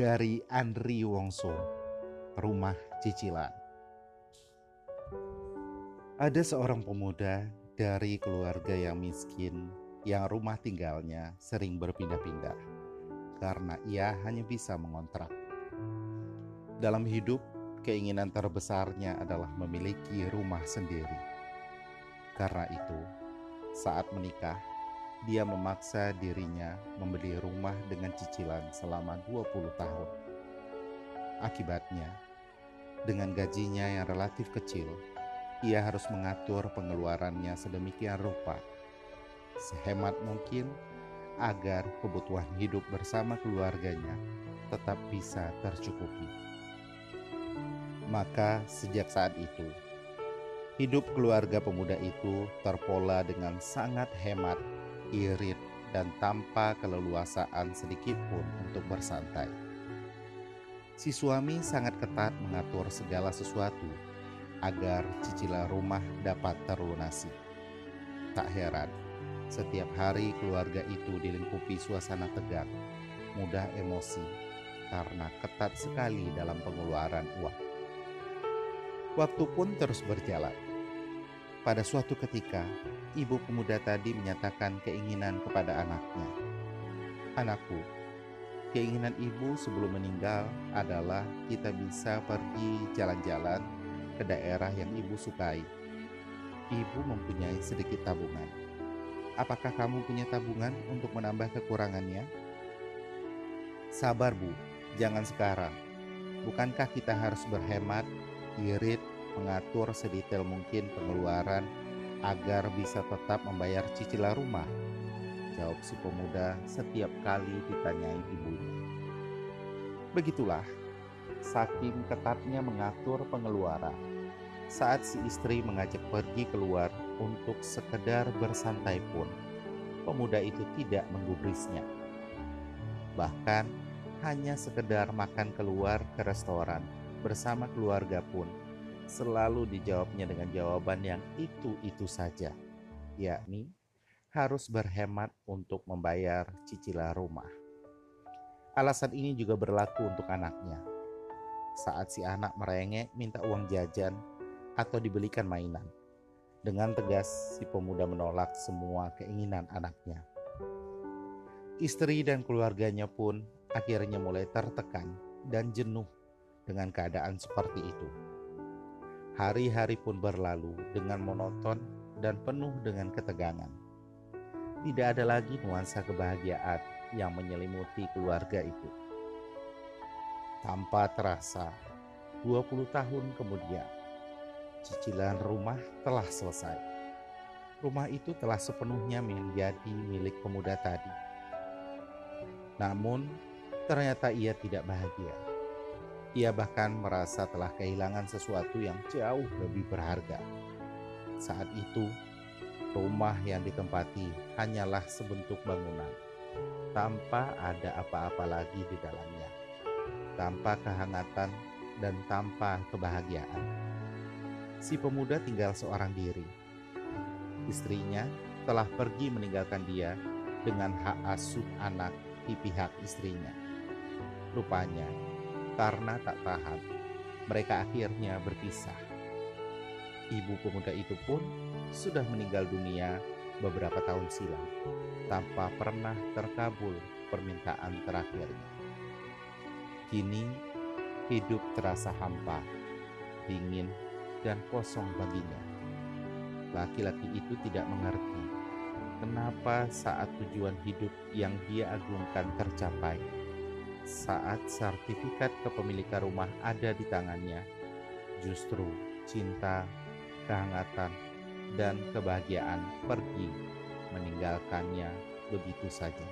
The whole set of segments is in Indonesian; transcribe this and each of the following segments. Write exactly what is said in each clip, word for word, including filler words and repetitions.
Dari Andri Wongso, Rumah Cicilan. Ada seorang pemuda dari keluarga yang miskin yang rumah tinggalnya sering berpindah-pindah karena ia hanya bisa mengontrak. Dalam hidup, keinginan terbesarnya adalah memiliki rumah sendiri. Karena itu, saat menikah, dia memaksa dirinya membeli rumah dengan cicilan selama dua puluh tahun. Akibatnya, dengan gajinya yang relatif kecil, ia harus mengatur pengeluarannya sedemikian rupa, sehemat mungkin agar kebutuhan hidup bersama keluarganya tetap bisa tercukupi. Maka sejak saat itu, hidup keluarga pemuda itu terpola dengan sangat hemat, irit, dan tanpa keleluasaan sedikit pun untuk bersantai. Si suami sangat ketat mengatur segala sesuatu agar cicilan rumah dapat terlunasi. Tak heran, setiap hari keluarga itu dilingkupi suasana tegang, mudah emosi, karena ketat sekali dalam pengeluaran uang. Waktu pun terus berjalan. Pada suatu ketika, ibu pemuda tadi menyatakan keinginan kepada anaknya. Anakku, keinginan ibu sebelum meninggal adalah kita bisa pergi jalan-jalan ke daerah yang ibu sukai. Ibu mempunyai sedikit tabungan. Apakah kamu punya tabungan untuk menambah kekurangannya? Sabar, Bu, jangan sekarang. Bukankah kita harus berhemat, irit, mengatur sedetail mungkin pengeluaran agar bisa tetap membayar cicilan rumah? Jawab si pemuda setiap kali ditanyai ibunya. Begitulah, saking ketatnya mengatur pengeluaran, saat si istri mengajak pergi keluar untuk sekedar bersantai pun, pemuda itu tidak menggubrisnya. Bahkan hanya sekedar makan keluar ke restoran bersama keluarga pun selalu dijawabnya dengan jawaban yang itu-itu saja, yakni harus berhemat untuk membayar cicilan rumah. Alasan ini juga berlaku untuk anaknya. Saat si anak merengek minta uang jajan atau dibelikan mainan, dengan tegas si pemuda menolak semua keinginan anaknya. Istri dan keluarganya pun akhirnya mulai tertekan dan jenuh dengan keadaan seperti itu. Hari-hari pun berlalu dengan monoton dan penuh dengan ketegangan. Tidak ada lagi nuansa kebahagiaan yang menyelimuti keluarga itu. Tanpa terasa, dua puluh tahun kemudian, cicilan rumah telah selesai. Rumah itu telah sepenuhnya menjadi milik pemuda tadi. Namun, ternyata ia tidak bahagia. Ia bahkan merasa telah kehilangan sesuatu yang jauh lebih berharga. Saat itu, rumah yang ditempati hanyalah sebentuk bangunan, tanpa ada apa-apa lagi di dalamnya, tanpa kehangatan dan tanpa kebahagiaan. Si pemuda tinggal seorang diri. Istrinya telah pergi meninggalkan dia dengan hak asuh anak di pihak istrinya. Rupanya, karena tak tahan, mereka akhirnya berpisah. Ibu pemuda itu pun sudah meninggal dunia beberapa tahun silam, tanpa pernah terkabul permintaan terakhirnya. Kini, hidup terasa hampa, dingin, dan kosong baginya. Laki-laki itu tidak mengerti kenapa saat tujuan hidup yang dia agungkan tercapai, saat sertifikat kepemilikan rumah ada di tangannya, justru cinta, kehangatan, dan kebahagiaan pergi meninggalkannya begitu saja.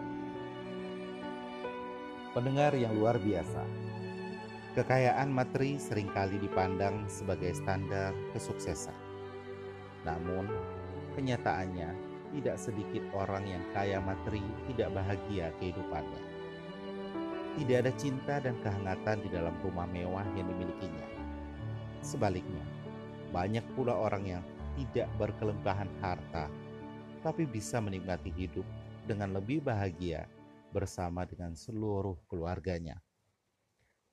Pendengar yang luar biasa, kekayaan materi seringkali dipandang sebagai standar kesuksesan. Namun, kenyataannya tidak sedikit orang yang kaya materi tidak bahagia kehidupannya. Tidak ada cinta dan kehangatan di dalam rumah mewah yang dimilikinya. Sebaliknya, banyak pula orang yang tidak berkelimpahan harta, tapi bisa menikmati hidup dengan lebih bahagia bersama dengan seluruh keluarganya.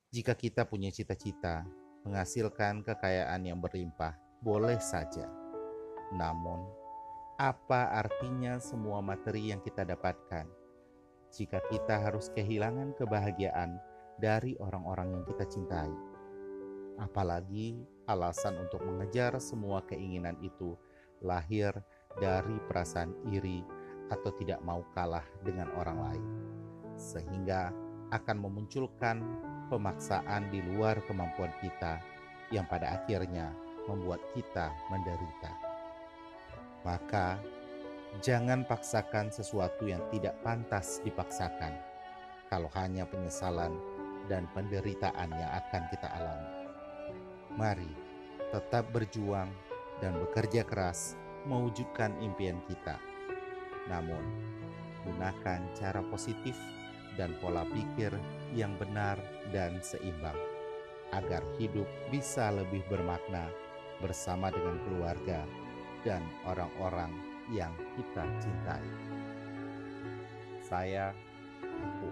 Jika kita punya cita-cita menghasilkan kekayaan yang berlimpah, boleh saja. Namun, apa artinya semua materi yang kita dapatkan jika kita harus kehilangan kebahagiaan dari orang-orang yang kita cintai? Apalagi alasan untuk mengejar semua keinginan itu lahir dari perasaan iri atau tidak mau kalah dengan orang lain, sehingga akan memunculkan pemaksaan di luar kemampuan kita yang pada akhirnya membuat kita menderita. Maka jangan paksakan sesuatu yang tidak pantas dipaksakan, kalau hanya penyesalan dan penderitaan yang akan kita alami. Mari tetap berjuang dan bekerja keras mewujudkan impian kita. Namun, gunakan cara positif dan pola pikir yang benar dan seimbang, agar hidup bisa lebih bermakna bersama dengan keluarga dan orang-orang yang kita cintai. Saya, Aku